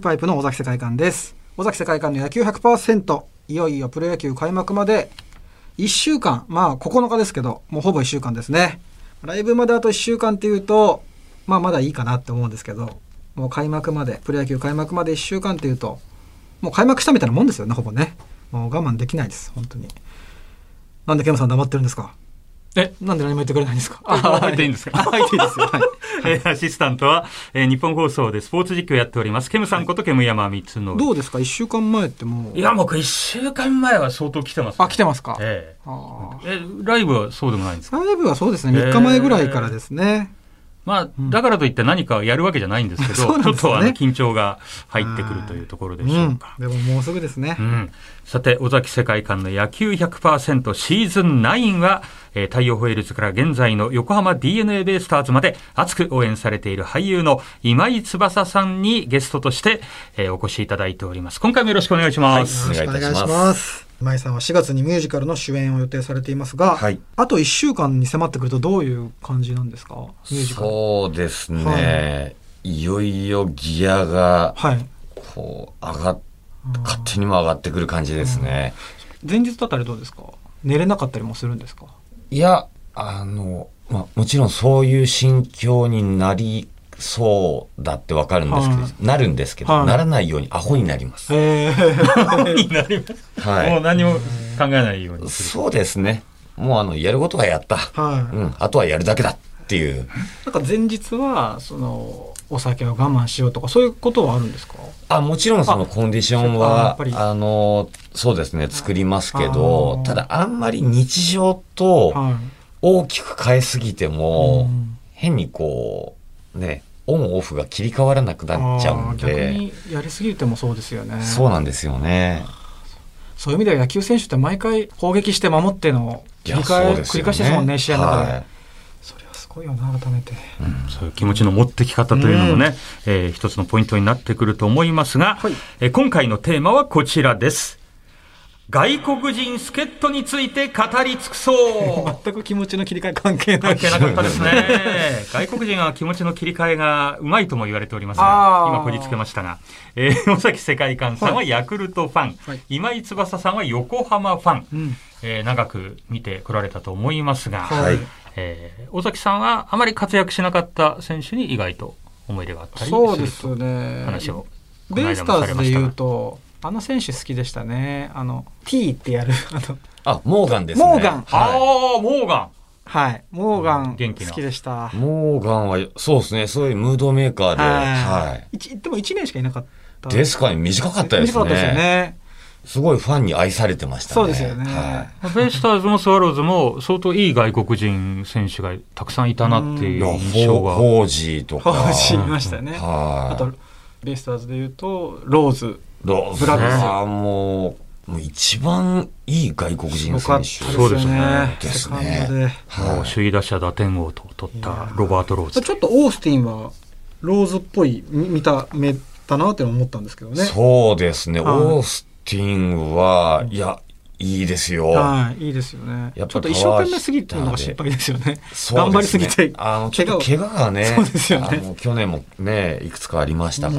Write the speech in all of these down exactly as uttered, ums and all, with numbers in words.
パイプの尾崎世界観です。尾崎世界観の野球 ひゃくパーセント、 いよいよプロ野球開幕までいっしゅうかん、まあここのかですけど、もうほぼいっしゅうかんですね。ライブまであといっしゅうかんっていうと、まあまだいいかなって思うんですけど、もう開幕まで、プロ野球開幕までいっしゅうかんっていうと、もう開幕したみたいなもんですよね、ほぼね。もう我慢できないです、本当に。なんでケムさん黙ってるんですか？ え、 なんで何も言ってくれないんですか？ あ、入っていいんですか？ 入っていいですよ。はい。 えー、アシスタントは、えー、日本放送でスポーツ実況をやっておりますケムさんことケム山光則。 どうですか？いっしゅうかんまえってもう。 いや、僕いっしゅうかんまえは相当来てます、ね。 あ、来てますか？ えー、 あえライブはそうでもないんですか？ ライブはそうですね、みっかまえぐらいからですね。 まあ、だからといって何かやるわけじゃないんですけど、 うん、 ちょっとあの緊張が入ってくるというところでしょうか。 うん、でももうすぐですね。 うん、さて、尾崎世界観の野球 ひゃくパーセント シーズンナインは、えー、太陽ホエールズから現在の横浜 ディーエヌエー ベイスターズまで熱く応援されている俳優の今井翼さんにゲストとして、えー、お越しいただいております。今回もよろしくお願いします。 はい、よろしくお願いします。今井さんはしがつにミュージカルの主演を予定されていますが、はい、あといっしゅうかんに迫ってくるとどういう感じなんですか？ミュージカル。 そうですね、はい、いよいよギアがこう上がっ、勝手にも上がってくる感じですね。 前日だったりどうですか？寝れなかったりもするんですか？ いや、あの、まあ、もちろんそういう心境になりそうだってわかるんですけど、はい、なるんですけど、はい、ならないようにアホになります。 えー、アホになります。はい。もう何も考えないようにする。 そうですね。もうあの、やることはやった。はい。うん。あとはやるだけだっていう。 なんか前日は、その、お酒を我慢しようとか、そういうことはあるんですか？ あ、もちろんそのコンディションは、あ, あの、そうですね、作りますけど、ただあんまり日常と大きく変えすぎても、はい、変にこう、ね、オンオフが切り替わらなくなっちゃうんで。 逆にやりすぎてもそうですよね。 そうなんですよね。 そういう意味では野球選手って毎回攻撃して守っての切り替え、ね、繰り返しですもんね、試合の中で。はい、それはすごいよな、改めて、 うん。そういう気持ちの持ってき方というのもね、うん、えー、一つのポイントになってくると思いますが、はい、えー、今回のテーマはこちらです。外国人助っ人について語り尽くそう。 全く気持ちの切り替え関係ない。 関係なかったですね。外国人は気持ちの切り替えがうまいとも言われておりますが、今こじつけましたが、えー、尾崎世界観さんはヤクルトファン、はい、今井翼さんは横浜ファン、うん、えー、長く見てこられたと思いますが、はい、えー、尾崎さんはあまり活躍しなかった選手に意外と思い入れがあったりすると。 そうですね。 話をベイスターズで言うと、あの選手好きでしたね。あの T ってやるあのあ、モーガンですね。 モーガン、 はい、ああ、モーガン、 はい、モーガン好きでした。 モーガンはそうですね、そういうムードメーカーで、はい、 でもいちねんしかいなかったですかね。短かったですね。 短かったですよね。 すごいファンに愛されてましたね。 そうですよね。 はい、ベイスターズもスワローズも相当いい外国人選手がたくさんいたなっていう印象が。 フォージーとか。 フォージーいましたね。はい、あとベイスターズでいうとローズ。 ローズはもう、もう一番いい外国人選手。 そうですね。 ですね。 もう首位打者打点王と取ったロバート・ローズ。 ちょっとオースティンはローズっぽい見た目だなって思ったんですけどね。 そうですね。オースティンは、いや、いいですよ。 はい、いいですよね。ちょっと一生懸命すぎるのが心配ですよね。頑張りすぎて。 あの、ちょっと怪我がね、 そうですよね。 あの去年もね、いくつかありましたから。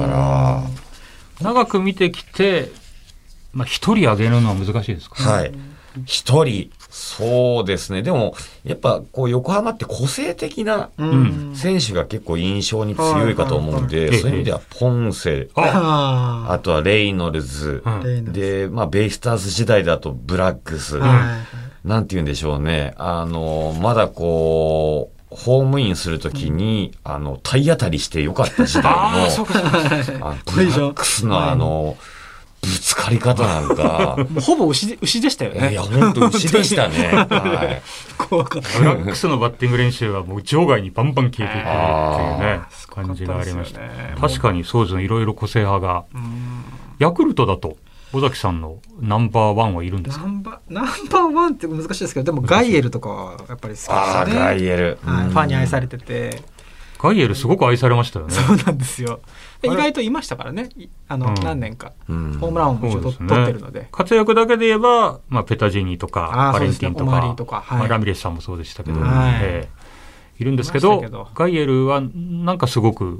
長く見てきて、まあ、一人挙げるのは難しいですかね。 はい。一人、そうですね。でも、やっぱ、こう、横浜って個性的な選手が結構印象に強いかと思うんで、うん、そういう意味では、ポンセ、あ, あとはレイノルズ、うん、で、まあ、ベイスターズ時代だとブラックス、うん、なんて言うんでしょうね。あの、まだこう、ホームインするときに、うん、あの、体当たりしてよかった時代の、あそうかブラックスのあの、ぶつかり方なんか。 もうほぼ牛で、牛でしたよね。 いや、本当牛でしたね。はい。 怖かった。 ブラックスのバッティング練習はもう場外にバンバン消えていくっていうね、感じがありました。確かにそうですね、いろいろ個性派が。ヤクルトだと、尾崎さんのナンバーワンはいるんですか？ ナンバー、ナンバーワンって難しいですけど、でもガイエルとかはやっぱり好きですね。ああ、 ガイエル、 はい。ファンに愛されてて。 ガイエルすごく愛されましたよね。 そうなんですよ。意外といましたからね。あの、うん、何年か、うん、ホームランをもちろん取ってるので、ね。 活躍だけで言えば、まあ、ペタジーニとか、バレンティンとか、 とか、はい、 まあ、ラミレスさんもそうでしたけど、はい、えー、いるんですけど、けどガイエルはなんかすごく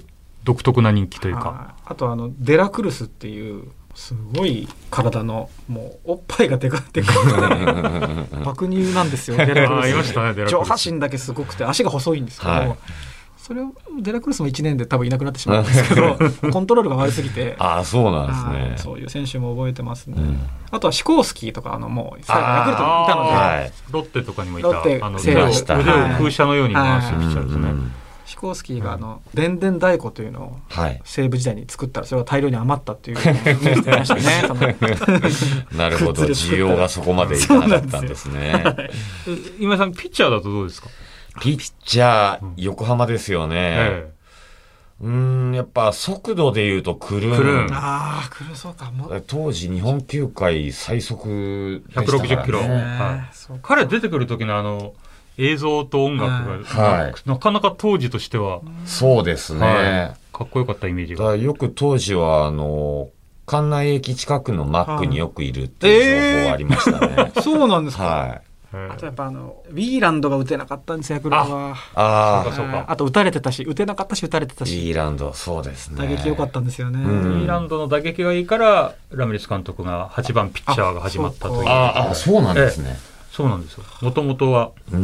独特な人気というか。 あとあのデラクルスっていうすごい体のもうおっぱいがでかでかい爆乳なんですよデラクルス。 あいましたねデラクルス。 上半身だけすごくて足が細いんですけど、 はい、 それをデラクルスもいちねんで多分いなくなってしまうんですけどコントロールが悪すぎてああそうなんですね。 そういう選手も覚えてますね、 うん、 あとはシコースキーとかあのもう最後ヤクルトにいたので、 はい、ロッテとかにもいたロッテあの腕をした腕を空車のように回すピッチャーですね、 はいうんうんシコースキーがあの電電太鼓というのを西武時代に作ったらそれが大量に余ったっていうのをニュースでましたねなるほど需要がそこまでいかなかったんですね。 今井さんピッチャーだとどうですか？ ピッチャー、うん、横浜ですよね、ええ、うーんやっぱ速度でいうとクルーン、 クルーンああクルーンそうかも当時日本球界最速でしたからね。 ひゃくろくじゅっキロ、はい、彼出てくる時のあの映像と音楽が、はい、なかなか当時としてはそうですね、はい、 かっこよかったイメージが。 だよく当時はあの関内駅近くのマックによくいるっていう情報がありましたね、 えー、そうなんですか、 はいあとやっぱあのウィーランドが打てなかったんですよヤクルトは。 ああそうかそうか。あと打たれてたし打てなかったし打たれてたしウィーランドそうですね打撃良かったんですよね、 うん、ウィーランドの打撃がいいからラミレス監督がはちばんピッチャーが始まったという。 ああそうなんですね、 ええそうなんですよ。もともとは、うん、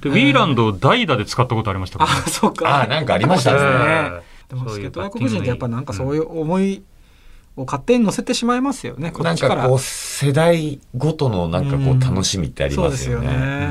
でウィーランドを代打で使ったことありましたから、ね、 あそうかあなんかありましたね、 えー、でも助っ人外国人ってやっぱなんかそういう思いを勝手に乗せてしまいますよね、 うん、こっちからなんかこう世代ごとのなんかこう楽しみってありますよね、うん、そうですよね、 うん、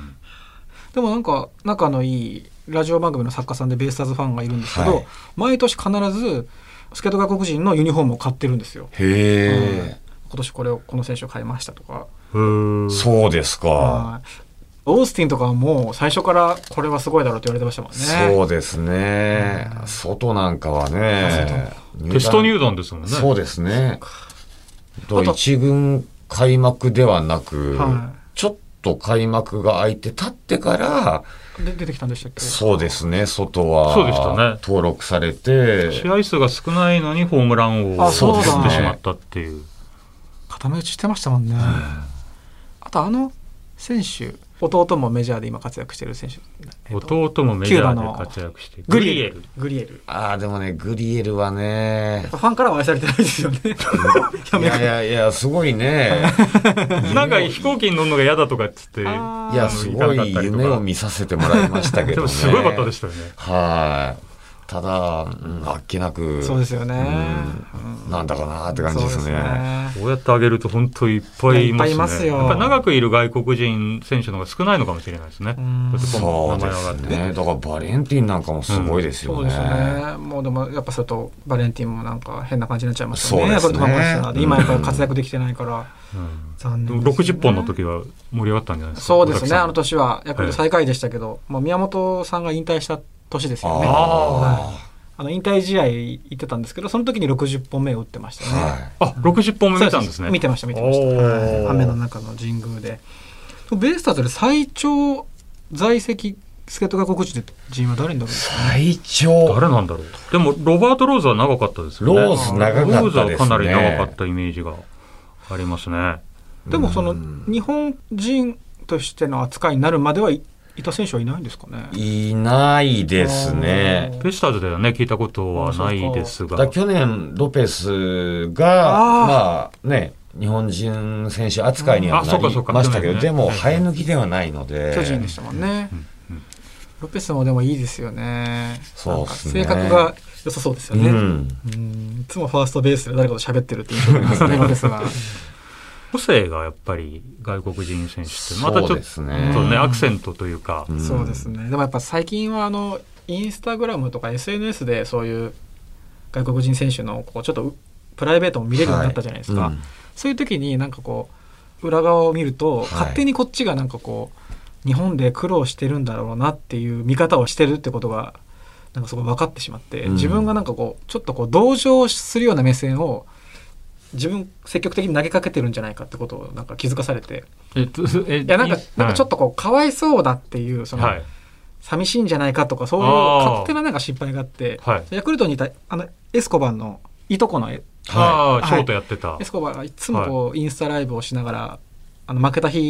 でもなんか仲のいいラジオ番組の作家さんでベイスターズファンがいるんですけど、はい、毎年必ず助っ人外国人のユニフォームを買ってるんですよ。 へえ、うん、 今年これをこの選手を買いましたとか。 そうですか。 オースティンとかはもう最初からこれはすごいだろうと言われてましたもんね。 そうですね、うん、外なんかはねテスト入団ですもんね。 そうですね。一軍開幕ではなく、はい、ちょっと開幕が空いて立ってからで出てきたんでしたっけ。 そうですね、外はそうでしたね、 登録されて試合数が少ないのにホームランを取ってしまったっていう、 固め打ちしてましたもんね、うん、あとあの選手弟もメジャーで今活躍してる選手、 えっと、弟もメジャーで活躍してるグリエルグリエルああでもねグリエルはねファンからは愛されてないですよねいやいやいやすごいねなんか飛行機に乗るのが嫌だとかっつっていやすごい夢を見させてもらいましたけどねでもすごいかったでしたよね。 はい、ただ、うん、あっけなくそうですよね、 うん、なんだかなって感じですね。そうですね、 こうやってあげると本当にいっぱいいますね。 いっぱいいますよ。 やっぱり長くいる外国人選手の方が少ないのかもしれないですね。 そうですね。だからバレンティンなんかもすごいですよね、うん、そうですね。もうでもやっぱそれとバレンティンもなんか変な感じになっちゃいましたね。 そうですね。 で今やっぱり活躍できてないから、うん、 残念ですね。ろくじゅっぽんの時は盛り上がったんじゃないですか。 そうですね。あの年はヤクルト最下位でしたけど、ええ、もう宮本さんが引退した年ですよね。ああの引退試合行ってたんですけどその時にろくじゅっぽんめを打ってましたね、はい、 あろくじゅっぽんめ見たんですね。 見てました見てました、はい、雨の中の神宮でベイスターズで最長在籍助っ人外国人は誰になるんですか、ね、 最長誰なんだろう。でもロバート・ローズは長かったですよね。 ローズ長かったですね。 ローズはかなり長かったイメージがありますね。 でもその日本人としての扱いになるまではいいた選手はいないんですかね。 いないですね。 ベイスターズではね聞いたことはないですが、 だ去年ロペスがあまあね日本人選手扱いにはなりましたけど、でも生え抜きではないので巨人でしたもんね、うんうん、ロペスもでもいいですよね。 そうですね、 性格が良さそうですよね、うん、うんいつもファーストベースで誰かと喋ってるって印象がありますねロペスが個性がやっぱり外国人選手ってまたちょっと ね, ねアクセントというか、 うん、そうですね。でもやっぱ最近はあのインスタグラムとか エスエヌエス でそういう外国人選手のこうちょっとプライベートも見れるようになったじゃないですか、はいうん、そういう時になんかこう裏側を見ると、はい、勝手にこっちがなんかこう日本で苦労してるんだろうなっていう見方をしてるってことがなんかすごい分かってしまって、うん、自分がなんかこうちょっとこう同情するような目線を自分積極的に投げかけてるんじゃないかってことをなんか気づかされて、えっと、えいやなんか、なんかちょっとこうかわいそうだっていうその、はい、寂しいんじゃないかとかそういう勝手ななんか心配があって、はい、ヤクルトにいたあのエスコバーのいとこの、はい、 あショートやってたエスコバーがいつもこう、はい、インスタライブをしながらあの負けた日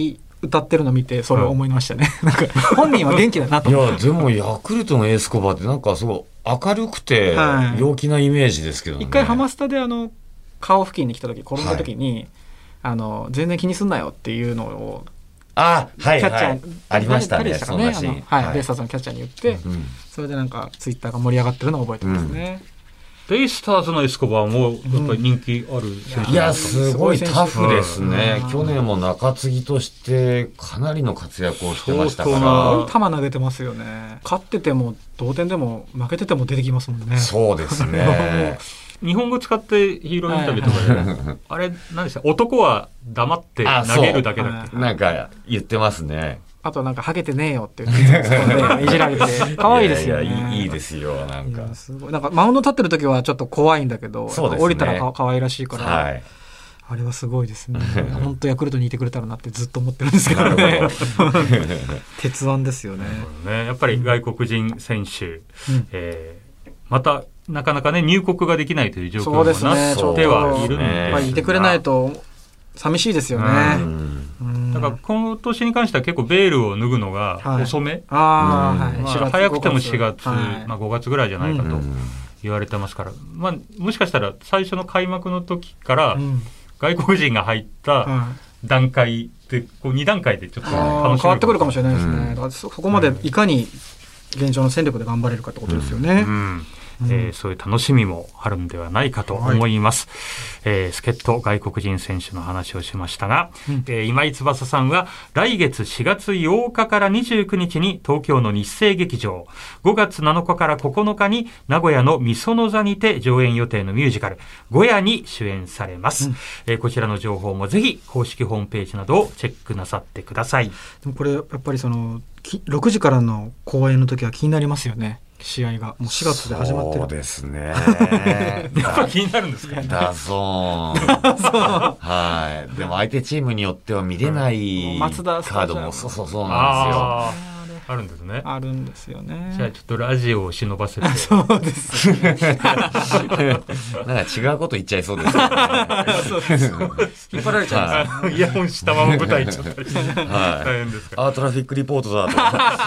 歌ってるの見てそれを思いましたね、うん、なんか本人は元気だなと思って。 いやでもヤクルトのエスコバってなんかすごい明るくて陽気なイメージですけどね、 はい、一回ハマスタであの顔付近に来た時転んだ時に、はい、あの全然気にすんなよっていうのをあ、はいはい、 キャッチャーありましたね、 そんなシーン、はいはい、ベイスターズのキャッチャーに言って、うん、それでなんかツイッターが盛り上がってるのを覚えてますね、 うん、ベイスターズのエスコバーもやっぱり人気ある選手、 うん、いやすごいタフですね、うん、去年も中継ぎとしてかなりの活躍をしてましたから、すごい球投げてますよね。勝ってても同点でも負けてても出てきますもんね。 そうですね日本語使ってヒーローインタビューとかで、はい、あれ何でした、男は黙って投げるだけだっけ、 なんか言ってますね。 あとなんかハゲてねえよって言っていじられて可愛いですよね。 いやいやいいですよ、なんかすごい、なんかマウンド立ってる時はちょっと怖いんだけど、そうですね、降りたらか可愛らしいから、はい、あれはすごいですね本当ヤクルトにいてくれたらなってずっと思ってるんですけどね鉄腕ですよ ね, ねやっぱり外国人選手、うんえー、またなかなかね入国ができないという状況になってはいるんで、 やっぱりいてくれないと寂しいですよね。うんうん、だから今年に関しては結構ベールを脱ぐのが遅め、はいあうんまあ、早くてもしがつ、はいまあ、ごがつぐらいじゃないかと言われてますから、まあ、もしかしたら最初の開幕の時から外国人が入った段階でこうに段階でちょっと、ね、楽し変わってくるかもしれないですね、うん、だからそこまでいかに現状の戦力で頑張れるかってことですよね、うんうんうんえー、そういう楽しみもあるんではないかと思います、はいえー、助っ人外国人選手の話をしましたが、うんえー、今井翼さんは来月しがつようかからにじゅうくにちに東京の日生劇場、ごがつなのかからここのかに名古屋の御園座にて上演予定のミュージカルゴヤに主演されます、うんえー、こちらの情報もぜひ公式ホームページなどをチェックなさってください。 でもこれやっぱりそのろくじからの公演の時は気になりますよね。試合がもうしがつで始まってる。 そうですねやっぱ気になるんですか。 ダゾーンはい。でも相手チームによっては見れないカードもそうそうそうなんですよ。 あるんですね。 あるんですよね。 じゃあちょっとラジオを忍ばせて。 そうですね。なんか違うこと言っちゃいそうですよね。 そうです引っ張られちゃうんです、 イヤホンしたまま舞台行っちゃったりして、はい、大変ですから。 あートラフィックリポートだと。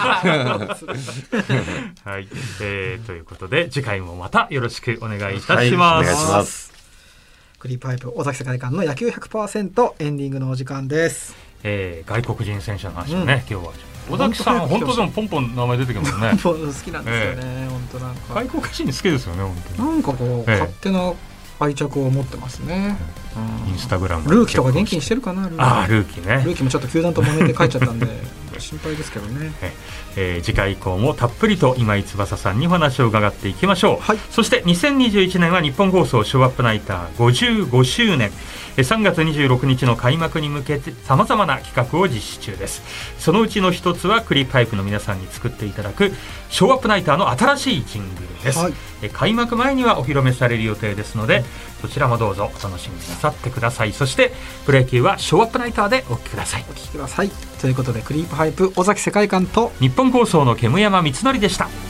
はい、えー、ということで次回もまたよろしくお願いいたします。 はい、お願いします。 クリーパイプ尾崎世界観の野球 ひゃくパーセント エンディングのお時間です。 えー、外国人選手の話をね、うん、今日は尾崎さん本当でもポンポン名前出てきますね。 好きなんですよね、えー、本当なんか外国人好きですよね本当に。 なんかこう、えー、勝手な愛着を持ってますね、 うん、インスタグラムルーキーとか元気にしてるかな。ルーキーあルーキーね。 ルーキーもちょっと球団と揉めて帰っちゃったんで心配ですけどね。 えー、次回以降もたっぷりと今井翼さんにお話を伺っていきましょう、はい、そしてにせんにじゅういちねんは日本放送ショーアップナイターごじゅうごしゅうねん、さんがつにじゅうろくにちの開幕に向けてさまざまな企画を実施中です。そのうちの一つはクリーパイプの皆さんに作っていただくショーアップナイターの新しいジングルです、はい、え開幕前にはお披露目される予定ですのでそちらもどうぞお楽しみになさってください。そしてプロ野球はショーアップナイターでお聞きください。 お聞きくださいということでクリープハイプ尾崎世界観と日本放送の煙山光則でした。